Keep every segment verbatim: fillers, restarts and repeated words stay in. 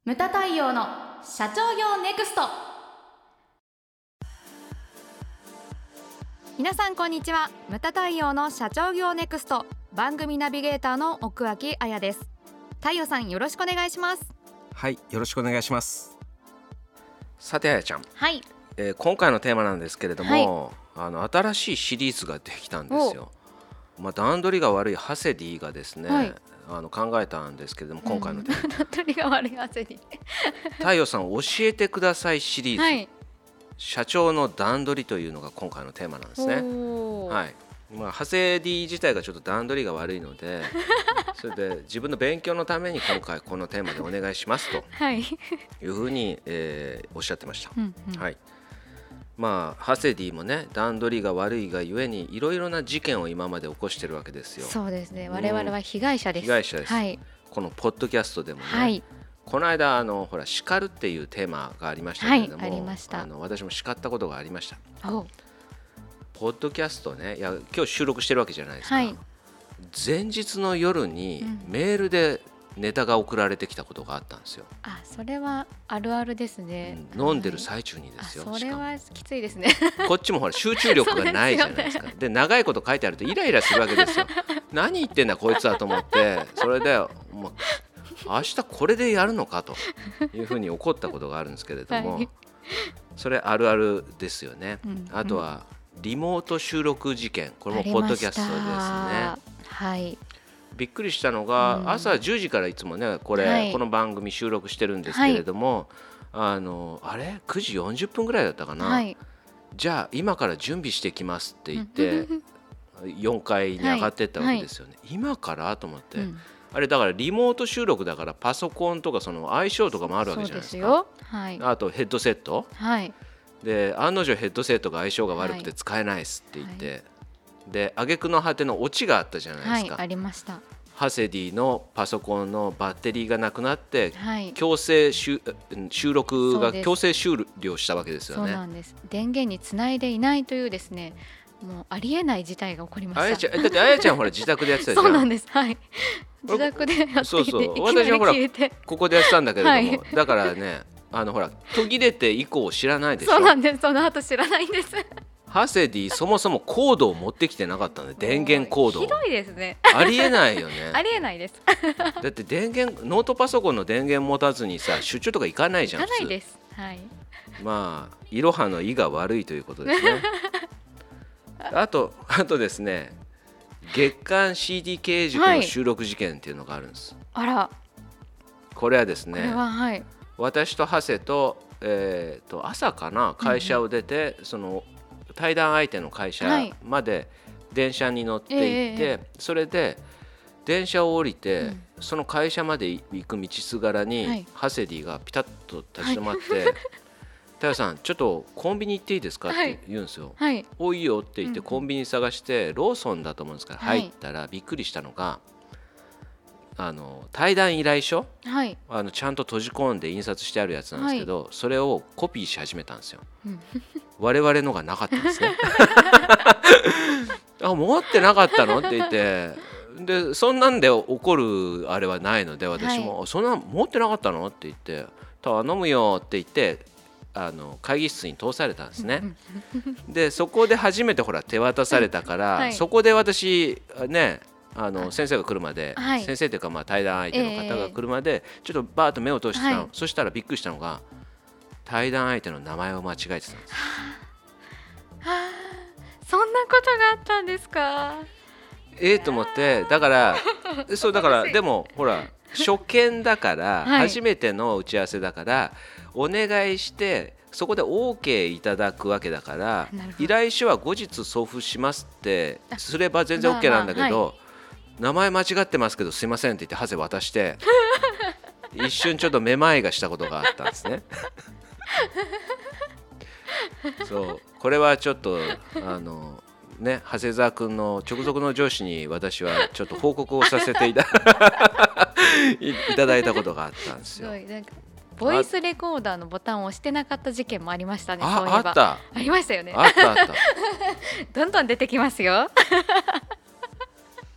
ムタ太陽の社長業ネクスト。皆さんこんにちは。ムタ太陽の社長業ネクスト番組ナビゲーターの奥脇彩です。太陽さん、よろしくお願いします。 はい、よろしくお願いします。さて、彩ちゃん、 はい、 えー、今回のテーマなんですけれども、はい、あの新しいシリーズができたんですよ。まあ、段取りが悪いハセディがですね、はい、あの考えたんですけれども、今回のテーマ、うん、 段取りが悪いハセディ太陽さん教えてくださいシリーズ、はい、社長の段取りというのが今回のテーマなんですね。はい、まあ、ハセディ自体がちょっと段取りが悪いのでそれで自分の勉強のために今回このテーマでお願いしますというふうに、えー、おっしゃってました。うんうん、はい、まあ、ハセディもね、段取りが悪いがゆえにいろいろな事件を今まで起こしてるわけですよ。 そうですね、我々は被害者です。 被害者です、はい、このポッドキャストでもね、はい、この間あのほら叱るっていうテーマがありましたけれども、はい、ありました。あの私も叱ったことがありました。ポッドキャストね、いや今日収録してるわけじゃないですか、はい、前日の夜にメールでネタが送られてきたことがあったんですよ。 うん、あ、それはあるあるですね。 うん、飲んでる最中にですよ。 それはきついですね。 こっちもほら集中力がないじゃないですか。で、ね、長いこと書いてあるとイライラするわけですよ。何言ってんだこいつはと思って、それでもう明日これでやるのかというふうに怒ったことがあるんですけれども、はい、それあるあるですよね。うん、あとはリモート収録事件、これもポッドキャストですね。 はい、 びっくりしたのが、うん、朝じゅうじからいつもねこれ、はい、この番組収録してるんですけれども、はい、あのあれくじよんじゅっぷんぐらいだったかな、はい、じゃあ今から準備してきますって言ってよんかいに上がってったわけですよね。はいはい、今からと思って、うん、あれだからリモート収録だからパソコンとかその相性とかもあるわけじゃないですか。そうですよ。はい、あとヘッドセット、はい、で案の定ヘッドセットが相性が悪くて使えないですって言って、はい、で挙句の果てのオチがあったじゃないですか。はい、ありました。ハセディのパソコンのバッテリーがなくなって、はい、強制収録が強制終了したわけですよね。 そうなんです。電源につないでいないというですね、もうありえない事態が起こりました。 あやちゃん、だってあやちゃんほら自宅でやってたじゃん。 そうなんです。はい、自宅でやっていて、そうそう、 私はほらここでやってたんだけれども、はい、だからね、あのほら途切れて以降知らないでしょ。 そうなんです。その後知らないんです。 ハセディそもそもコードを持ってきてなかったんで、電源コードを。 ひどいですね。 ありえないよね。 ありえないです。 だって電源ノートパソコンの電源持たずにさ出張とか行かないじゃん。 行かないです。はい、 まあいろはの意が悪いということですね。あとあとですね、月刊 シーディー 経営塾の収録事件っていうのがあるんです。 はい、あら、 これはですね、 これは、はい、 私とハセと、えー、と朝かな会社を出て、うん、その対談相手の会社まで電車に乗って行って、はい、それで電車を降りて、うん、その会社まで行く道すがらに、はい、ハセディがピタッと立ち止まって、はい、太陽さんちょっとコンビニ行っていいですかって言うんですよ。はい、おいいよって言ってコンビニ探して、うん、ローソンだと思うんですから入ったら、びっくりしたのが、あの対談依頼書、はい、あのちゃんと閉じ込んで印刷してあるやつなんですけど、はい、それをコピーし始めたんですよ。我々のがなかったんですね。あ、持ってなかったのって言って、でそんなんで怒るあれはないので、私も、はい、そんな持ってなかったのって言って頼むよって言ってあの会議室に通されたんですね。でそこで初めてほら手渡されたから、はい、そこで私ね、あの先生が来るまで、はい、先生というかまあ対談相手の方が来るまでちょっとバーッと目を通してたの、はい、そしたらびっくりしたのが対談相手の名前を間違えてたんです。はあ、そんなことがあったんですか。 ええと思って、だからそうだからでもほら初見だから、はい、初めての打ち合わせだからお願いしてそこで OK いただくわけだから、依頼書は後日送付しますってすれば全然 OK なんだけど、まあまあ、はい、名前間違ってますけどすいませんって言ってハセ渡して一瞬ちょっとめまいがしたことがあったんですね。そうこれはちょっとあのね、長谷沢君の直属の上司に私はちょっと報告をさせていたいただいたことがあったんですよ。すごい、なんかボイスレコーダーのボタンを押してなかった事件もありましたね。 あ、 そういえばあったありましたよね。 あったあったどんどん出てきますよ。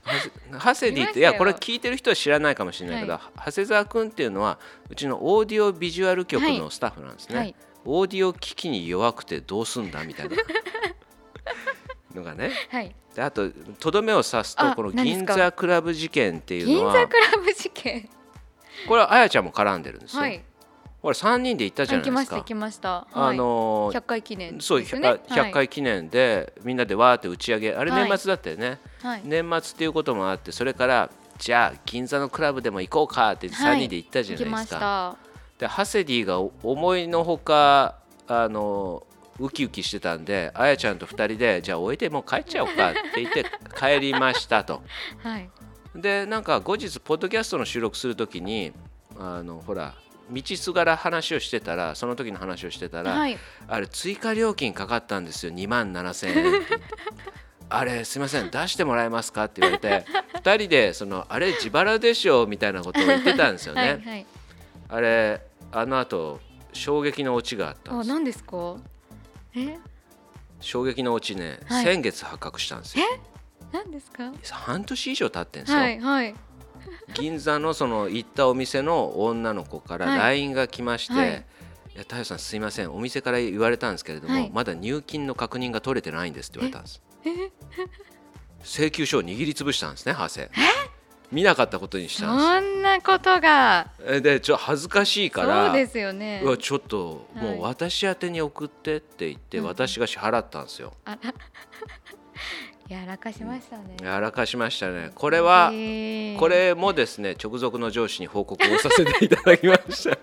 ハセディっていやこれ聞いてる人は知らないかもしれないけど、はい、長谷沢君っていうのはうちのオーディオビジュアル局のスタッフなんですね、はい、オーディオ機器に弱くてどうすんだみたいなのがね、はい、であととどめを刺すとこの銀座クラブ事件っていうのは銀座クラブ事件これはあやちゃんも絡んでるんですよ、はい、ほらさんにんで行ったじゃないですか。 行きました行きました、 あのー、 ひゃっかい記念ですね。 そう 100, ひゃっかい記念でみんなでわーって打ち上げ、あれ年末だったよね、はい、年末っていうこともあってそれからじゃあ銀座のクラブでも行こうかってさんにんで行ったじゃないですか、はい、でハセディが思いのほかあのウキウキしてたんであやちゃんとふたりでじゃあおいでもう帰っちゃおうかって言って帰りましたと、はい、でなんか後日ポッドキャストの収録するときにあのほら道すがら話をしてたらその時の話をしてたら、はい、あれ追加料金かかったんですよにまんななせんえんあれすいません出してもらえますかって言われてふたりでそのあれ自腹でしょみたいなことを言ってたんですよねはい、はい、あれあの後衝撃のオチがあったんです。 あ、何ですか？え衝撃のオチね、はい、先月発覚したんですよ。 え何ですか？ 半年以上経ってんですよ、 はいはい、 銀座のその行ったお店の女の子から ライン が来まして、はいはい、いや太陽さんすいませんお店から言われたんですけれども、はい、まだ入金の確認が取れてないんですって言われたんです。請求書を握りつぶしたんですねハセ。見なかったことにしたんです。 そんなことがでちょっと恥ずかしいからそうですよね。 うわちょっともう私宛てに送ってって言って、はい、私が支払ったんですよ、うん、あらやらかしましたね。 やらかしましたね。これは、えー、これもですね直属の上司に報告をさせていただきました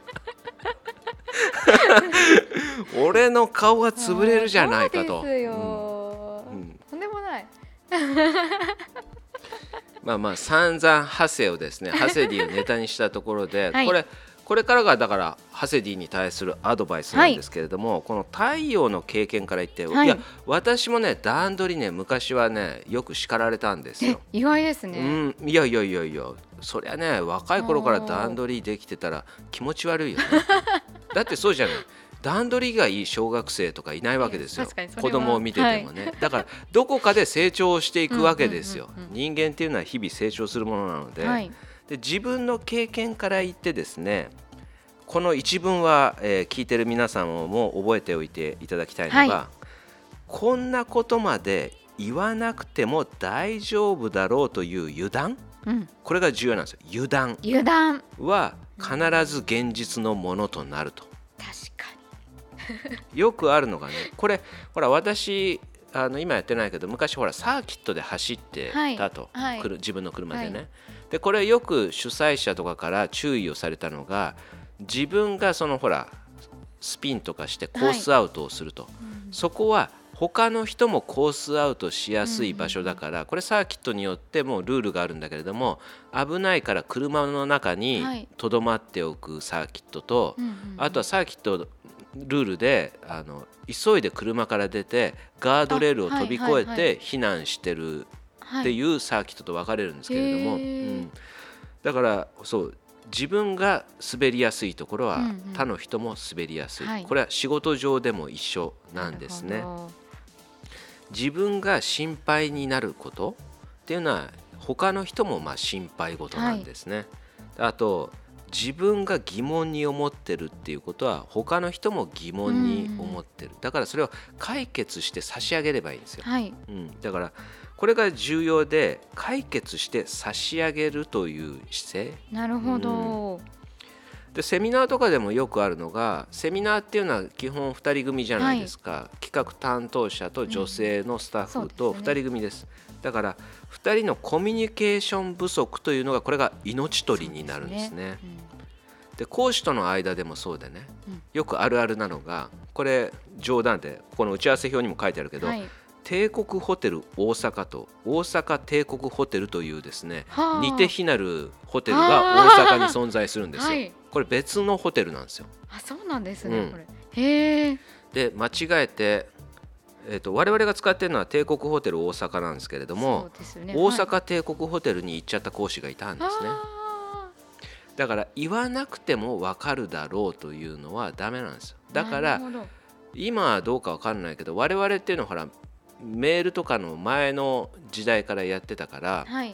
俺の顔が潰れるじゃないかと。そうですよ、うんうん、 とんでもないまあまあ散々ハセをですねハセディをネタにしたところで、はい、これこれからがだからハセディに対するアドバイスなんですけれども、はい、この太陽の経験から言って、はい、いや私もね段取りね昔はねよく叱られたんですよ。 意外ですね、 うん、いやいやいやいやそりゃね若い頃から段取りできてたら気持ち悪いよねだってそうじゃない段取りがいい小学生とかいないわけですよ、子供を見ててもね、はい、だからどこかで成長していくわけですよ、うんうんうんうん、人間っていうのは日々成長するものなので、はい、で自分の経験から言ってですねこの一文は、えー、聞いてる皆さんも覚えておいていただきたいのが、はい、こんなことまで言わなくても大丈夫だろうという油断、うん、これが重要なんですよ。油断油断は必ず現実のものとなると。 確かによくあるのがねこれほら私あの今やってないけど昔ほらサーキットで走ってたと、はいはい、自分の車でね、はい、でこれよく主催者とかから注意をされたのが自分がそのほらスピンとかしてコースアウトをすると、はいうん、そこは他の人もコースアウトしやすい場所だから、うん、これサーキットによってもルールがあるんだけれども危ないから車の中にとどまっておくサーキットと、はい、あとはサーキットルールであの急いで車から出てガードレールを飛び越えて避難してるっていうサーキットと分かれるんですけれども、はいうん、だからそう自分が滑りやすいところは他の人も滑りやすい、うんうん、これは仕事上でも一緒なんですね。自分が心配になることっていうのは他の人もまあ心配事なんですね、はい、あと自分が疑問に思ってるっていうことは他の人も疑問に思ってる、だからそれを解決して差し上げればいいんですよ、はいうん、だからこれが重要で解決して差し上げるという姿勢。 なるほど、うん、 でセミナーとかでもよくあるのがセミナーっていうのは基本ふたり組じゃないですか、はい、企画担当者と女性のスタッフとふたり組です、うん、だからふたりのコミュニケーション不足というのがこれが命取りになるんですね。で講師との間でもそうでね、うん、よくあるあるなのがこれ冗談でここの打ち合わせ表にも書いてあるけど、はい、帝国ホテル大阪と大阪帝国ホテルというですね似て非なるホテルが大阪に存在するんですよ、はい、これ別のホテルなんですよ。 あ、そうなんですね、うん、これへー。 で間違えてえー、と我々が使っているのは帝国ホテル大阪なんですけれども、そうですよね、大阪帝国ホテルに行っちゃった講師がいたんですね。だから言わなくても分かるだろうというのはダメなんですよ。だから今はどうか分かんないけど我々っていうのはほらメールとかの前の時代からやってたから、はい、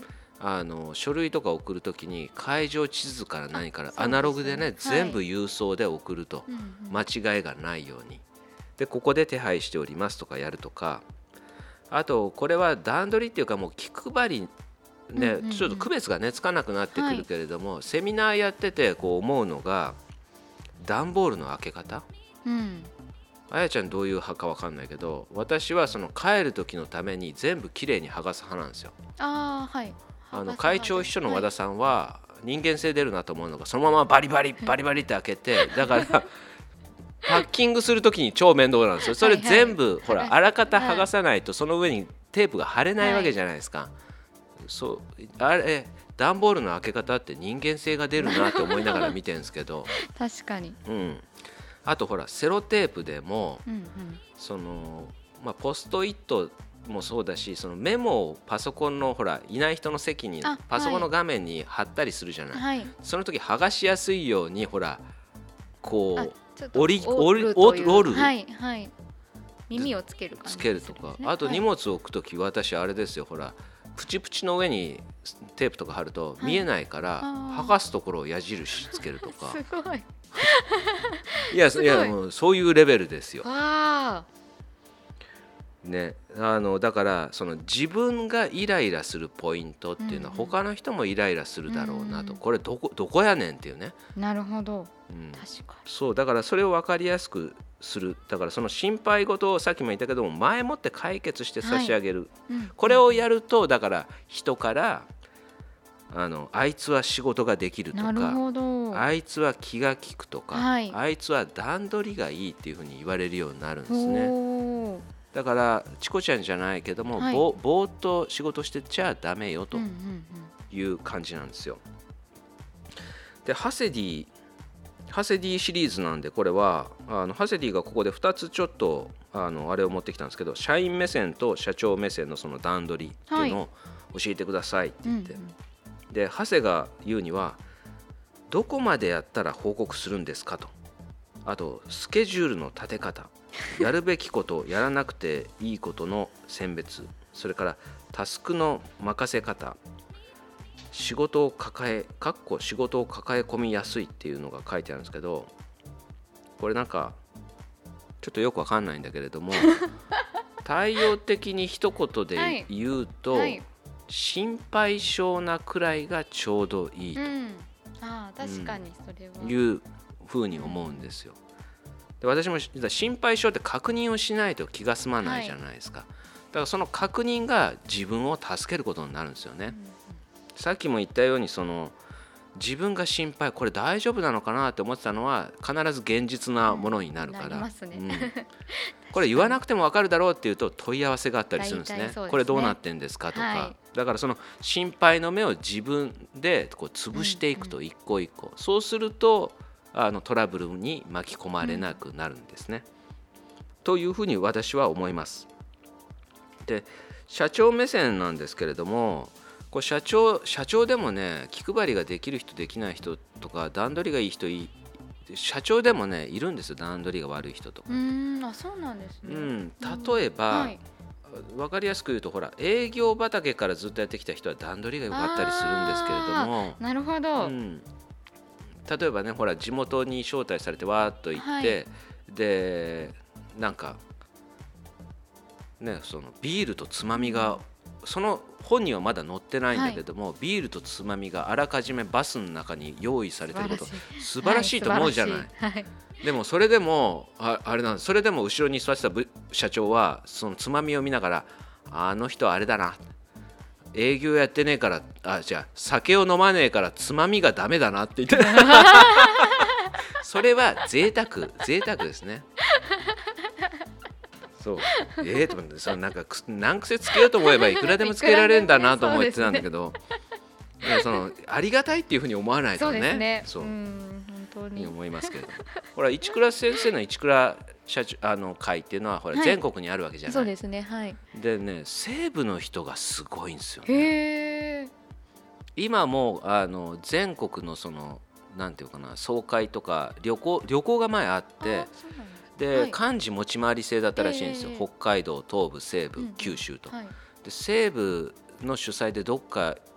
あの書類とか送るときに会場地図から何からアナログでね、はい、全部郵送で送ると、間違いがないようにでここで手配しておりますとかやるとか、あとこれは段取りっていうかもう気配りね、うんうんうん、ちょっと区別がねつかなくなってくるけれども、はい、セミナーやっててこう思うのが段ボールの開け方、うん、あやちゃんどういう派か分かんないけど、私はその帰る時のために全部きれいに剥がす派なんですよ。 あ、はい、 あの会長秘書の和田さんは人間性出るなと思うのが、そのままバリバリバリバリって開けて、だからパッキングする時に超面倒なんですよ。それ全部、はいはい、ほらあらかた剥がさないとその上にテープが貼れないわけじゃないですか、はい、そうあれ段ボールの開け方って人間性が出るなって思いながら見てるんですけど確かに、 うん、あとほらセロテープでも、 うんうん、 そのまあ、ポストイットもそうだし、そのメモをパソコンのほらいない人の席にパソコンの画面に貼ったりするじゃない、はい、その時剥がしやすいようにほらこう折り折る折る、 はいはい、耳をつける感じ、 つけるとか、あと荷物を置く時、はい、私あれですよ、ほらプチプチの上にテープとか貼ると見えないから、はい、剥がすところを矢印つけるとかすごいいやいやもうそういうレベルですよ。 あね、あのだからその自分がイライラするポイントっていうのは他の人もイライラするだろうなと、うんうん、これどこ、どこやねんっていうね。 なるほど、 うん、 確かにそうだからそれを分かりやすくする。だからその心配事をさっきも言ったけども前もって解決して差し上げる、はい、うん、これをやるとだから人からあのあいつは仕事ができるとか、 なるほど、 あいつは気が利くとか、はい、あいつは段取りがいいっていうふうに言われるようになるんですね。だからチコちゃんじゃないけども、はい、ぼ, ぼーっと仕事してちゃダメよという感じなんですよ。でハセディハセディシリーズなんで、これはあのハセディがここでふたつちょっとあのあれを持ってきたんですけど、社員目線と社長目線のその段取りっていうのを教えてくださいって言って、はい、うんうん、でハセが言うにはどこまでやったら報告するんですかと、あとスケジュールの立て方、やるべきことやらなくていいことの選別、それからタスクの任せ方、仕事を抱えかっこ仕事を抱え込みやすいっていうのが書いてあるんですけど、これなんかちょっとよくわかんないんだけれども対応的に一言で言うと、はいはい、心配性なくらいがちょうどいいと、うん、 ああ確かにそれは、 うん、いうふうに思うんですよ。で私も心配性って確認をしないと気が済まないじゃないですか、はい、だからその確認が自分を助けることになるんですよね、うん、さっきも言ったようにその自分が心配、これ大丈夫なのかなって思ってたのは必ず現実なものになるから、うん、なりますね、うん、これ言わなくても分かるだろうっていうと問い合わせがあったりするんです ね, ですねこれどうなってんですかとか、はい、だからその心配の目を自分でこう潰していくと、一個一個、うんうん、そうするとあのトラブルに巻き込まれなくなるんですね、うん、というふうに私は思います。で社長目線なんですけれども、こう社長社長でもね気配りができる人できない人とか段取りがいい人い社長でもねいるんですよ、段取りが悪い人とか。 うーん、あ、そうなんですね、 うん、例えば、はい、分かりやすく言うとほら営業畑からずっとやってきた人は段取りが良かったりするんですけれども、 なるほど、 うん、例えばねほら地元に招待されてわーっと行って、はい、でなんかねそのビールとつまみがその本にはまだ載ってないんだけども、はい、ビールとつまみがあらかじめバスの中に用意されてること素晴らしいと思うじゃない、はいはい、でもそれでも あ, あれなんそれでも後ろに座ってた社長はそのつまみを見ながら、あの人あれだな、営業やってねえから、あじゃあ酒を飲まねえからつまみがダメだなって言ってそれは贅沢贅沢ですね。そうえーと思ってそのなんか難癖つけようと思えばいくらでもつけられるんだなと思ってたんだけど、いやそのありがたいっていうふうに思わないとね、そうですね、そううん本当に思いますけど、ほら市倉先生の市倉社長あの会っていうのはほら、はい、全国にあるわけじゃない。 そうですね、はい。 でね西部の人がすごいんですよ、 ね、へー。 今もあの全国のそのなんていうかな総会とか旅行旅行が前あって。で、はい、幹事持ち回り制だったらしいんですよ、えー、北海道東部西部、うん、九州と、はい、で西部の主催でどっか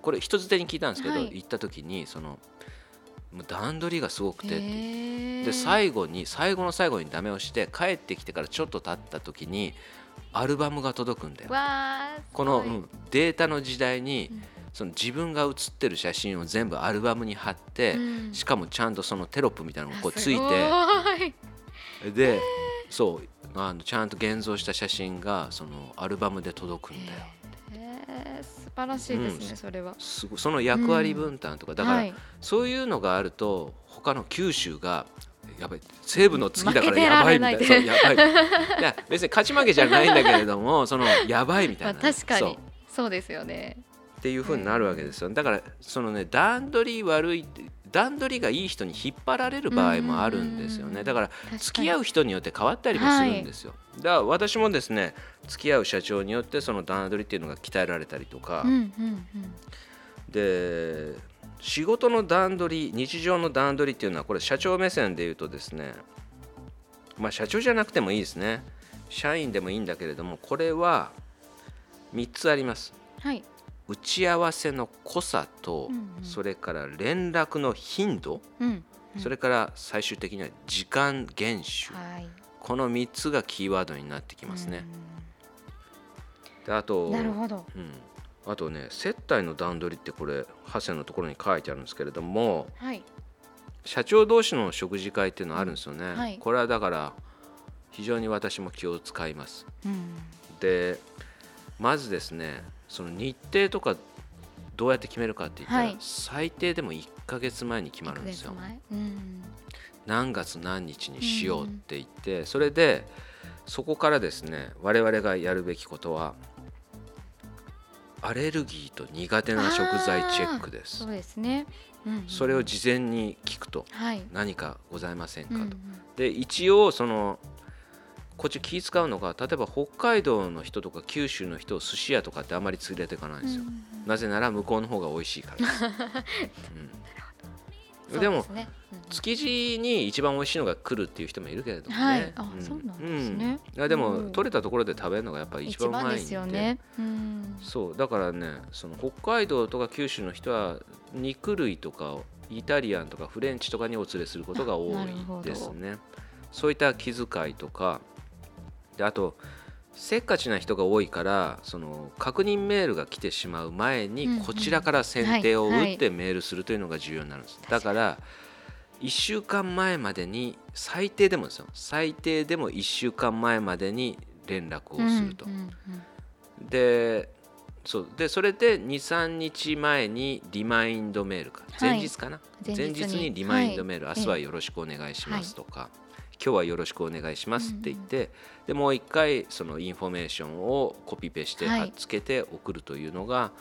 これ人づてに聞いたんですけど、 はい、 行った時にそのもう段取りがすごくてってで最後に最後の最後にダメをして帰ってきてからちょっと経った時にアルバムが届くんだよ。この、うん、データの時代に、うん、その自分が写ってる写真を全部アルバムに貼って、うん、しかもちゃんとそのテロップみたいなのがこうついてでそうあのちゃんと現像した写真がそのアルバムで届くんだよ。 素晴らしいですね、うん、それはすごその役割分担とか、うん、だから、はい、そういうのがあると他の九州がやばい西武の次だからやばいみたいなそうやばいいや別に勝ち負けじゃないんだけれどもそのやばいみたいな、ね、 まあ、確かにそう、そうですよねっていう風になるわけですよ。だからそのね段取り悪い段取りがいい人に引っ張られる場合もあるんですよね。だから付き合う人によって変わったりもするんですよ、はい、だから私もですね付き合う社長によってその段取りっていうのが鍛えられたりとか、うんうんうん、で仕事の段取り日常の段取りっていうのはこれ社長目線で言うとですね、まあ社長じゃなくてもいいですね社員でもいいんだけれどもこれはみっつあります、はい、打ち合わせの濃さと、うんうん、それから連絡の頻度、うんうん、それから最終的には時間厳守、はい、このみっつがキーワードになってきますね。であとなるほど、 うん、あとね接待の段取りってこれハセのところに書いてあるんですけれども、はい、社長同士の食事会っていうのがあるんですよね、はい、これはだから非常に私も気を使います、うん、でまずですねその日程とかどうやって決めるかって言ったら、はい、最低でもいっかげつまえに決まるんですよ、うん、何月何日にしようって言って、うん、それでそこからですね我々がやるべきことはアレルギーと苦手な食材チェックです。 そうですね、うんうん、 それを事前に聞くと、はい、何かございませんかと、うんうん、で一応そのこっち気使うのが例えば北海道の人とか九州の人を寿司屋とかってあまり連れていかないんですよ、うんうん、なぜなら向こうの方が美味しいからです、うん、でも、ねうん、築地に一番美味しいのが来るっていう人もいるけれどもね、はい、 あ、うん、そうなんですね、 うん、いやでも、うん、取れたところで食べるのがやっぱり一番うまいんで、 一番ですよね、うん、 そうだからねその北海道とか九州の人は肉類とかイタリアンとかフレンチとかにお連れすることが多いですね。そういった気遣いとかであとせっかちな人が多いからその確認メールが来てしまう前にこちらから先手を打ってメールするというのが重要になるんです、はいはい、だからいっしゅうかんまえまでに最低でもですよ最低でもいっしゅうかんまえまでに連絡をすると、うんうんうん、でそうでそれで にさんにちまえにリマインドメールか、はい、前日かな前日 に, 前日にリマインドメール、はい、明日はよろしくお願いしますとか、はい、今日はよろしくお願いしますって言って、うんうん、でもう一回そのインフォメーションをコピペして貼っつけて送るというのが、はい、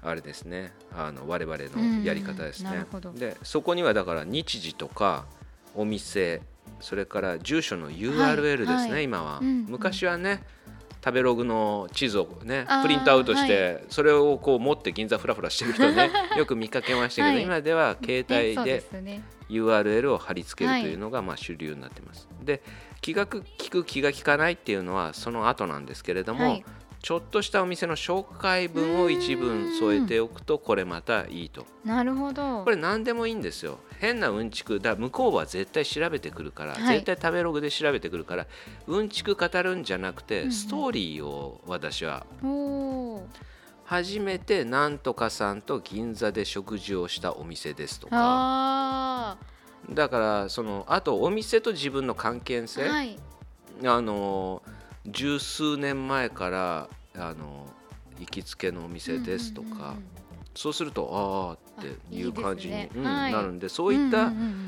あれですねあの我々のやり方ですね、うん、でそこにはだから日時とかお店それから住所の ユーアールエル ですね、はいはい、今は、うんうん、昔はね食べログの地図をねプリントアウトして、はい、それをこう持って銀座フラフラしてる人ねよく見かけましたけど、はい、今では携帯で ユーアールエル を貼り付けるというのがまあ主流になってます、はい、で気が利く気が利かないっていうのはその後なんですけれども、はい、ちょっとしたお店の紹介文を一文添えておくとこれまたいいと。 なるほど。 これ何でもいいんですよ。変なうんちくだ向こうは絶対調べてくるから、はい、絶対食べログで調べてくるからうんちく語るんじゃなくて、うんうん、ストーリーを私は初めてなんとかさんと銀座で食事をしたお店ですとか、あだからそのあとお店と自分の関係性、はい、あの十数年前からあの行きつけのお店ですとか、うんうんうんうん、そうするとああっていう感じにいい、ねうんはい、なるんでそういった、うんうんうん、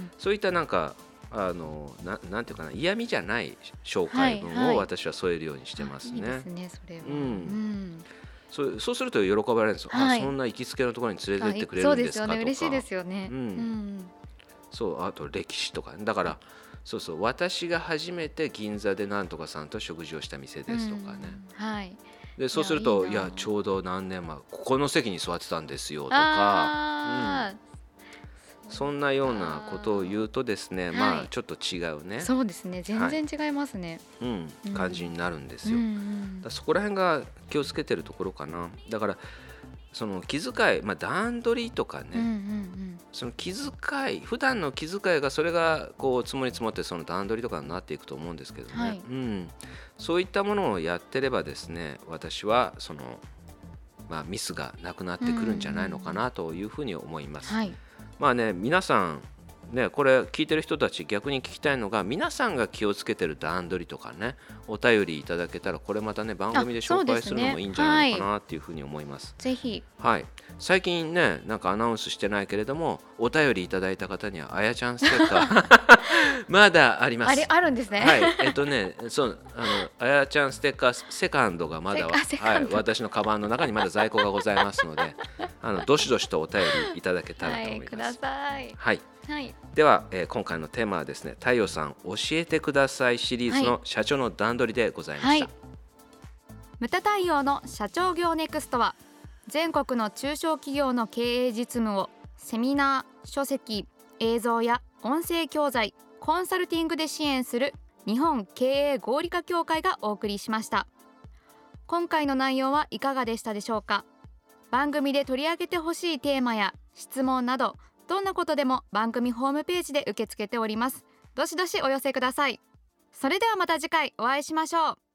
そういったなんかあの な, なんていうかな嫌味じゃない紹介文を私は添えるようにしてますね。はいはい、いいですねそれは、うんうん、そう, そうすると喜ばれるんですよ、はい、あそんな行きつけのところに連れてってくれるんですかとか、そうですよね嬉しいですよね、うんうん、そうあと歴史とかだからそうそう私が初めて銀座でなんとかさんと食事をした店ですとかね、うんはい、でそうするとい や, いやちょうど何年前ここの席に座ってたんですよとか、うん、そんなようなことを言うとですねまあちょっと違うねそうですね全然違いますね、 はいうん、感じになるんですよ、うんうん、だそこら辺が気をつけてるところかな。だからその気遣い、まあ、段取りとかね、 うんうんうん、 その気遣い、普段の気遣いがそれがこう積もり積もってその段取りとかになっていくと思うんですけどね、はい、うん、そういったものをやってればですね、私はその、まあ、ミスがなくなってくるんじゃないのかなというふうに思います、うんうんうん、はい、まあね、皆さんね、これ聞いてる人たち逆に聞きたいのが、皆さんが気をつけてる段取りとかね、お便りいただけたらこれまたね番組で紹介するのもいいんじゃないのかなっていうふうに思います。 ぜひ、 はい、最近ねなんかアナウンスしてないけれども、お便りいただいた方にはあやちゃんステッカーまだあります。 あれあるんですね。 はい、えっとねそうあのあやちゃんステッカーセカンドがまだは、はい、私のカバンの中にまだ在庫がございますのであのどしどしとお便りいただけたらと思います。はい、 ください。 はい、はい、では、えー、今回のテーマはですね、太陽さん教えてくださいシリーズの社長の段取りでございました。はい、 ムタ太陽の社長業ネクストは、全国の中小企業の経営実務をセミナー、書籍、映像や音声教材、コンサルティングで支援する日本経営合理化協会がお送りしました。今回の内容はいかがでしたでしょうか。番組で取り上げてほしいテーマや質問など、どんなことでも番組ホームページで受け付けております。どしどしお寄せください。それではまた次回お会いしましょう。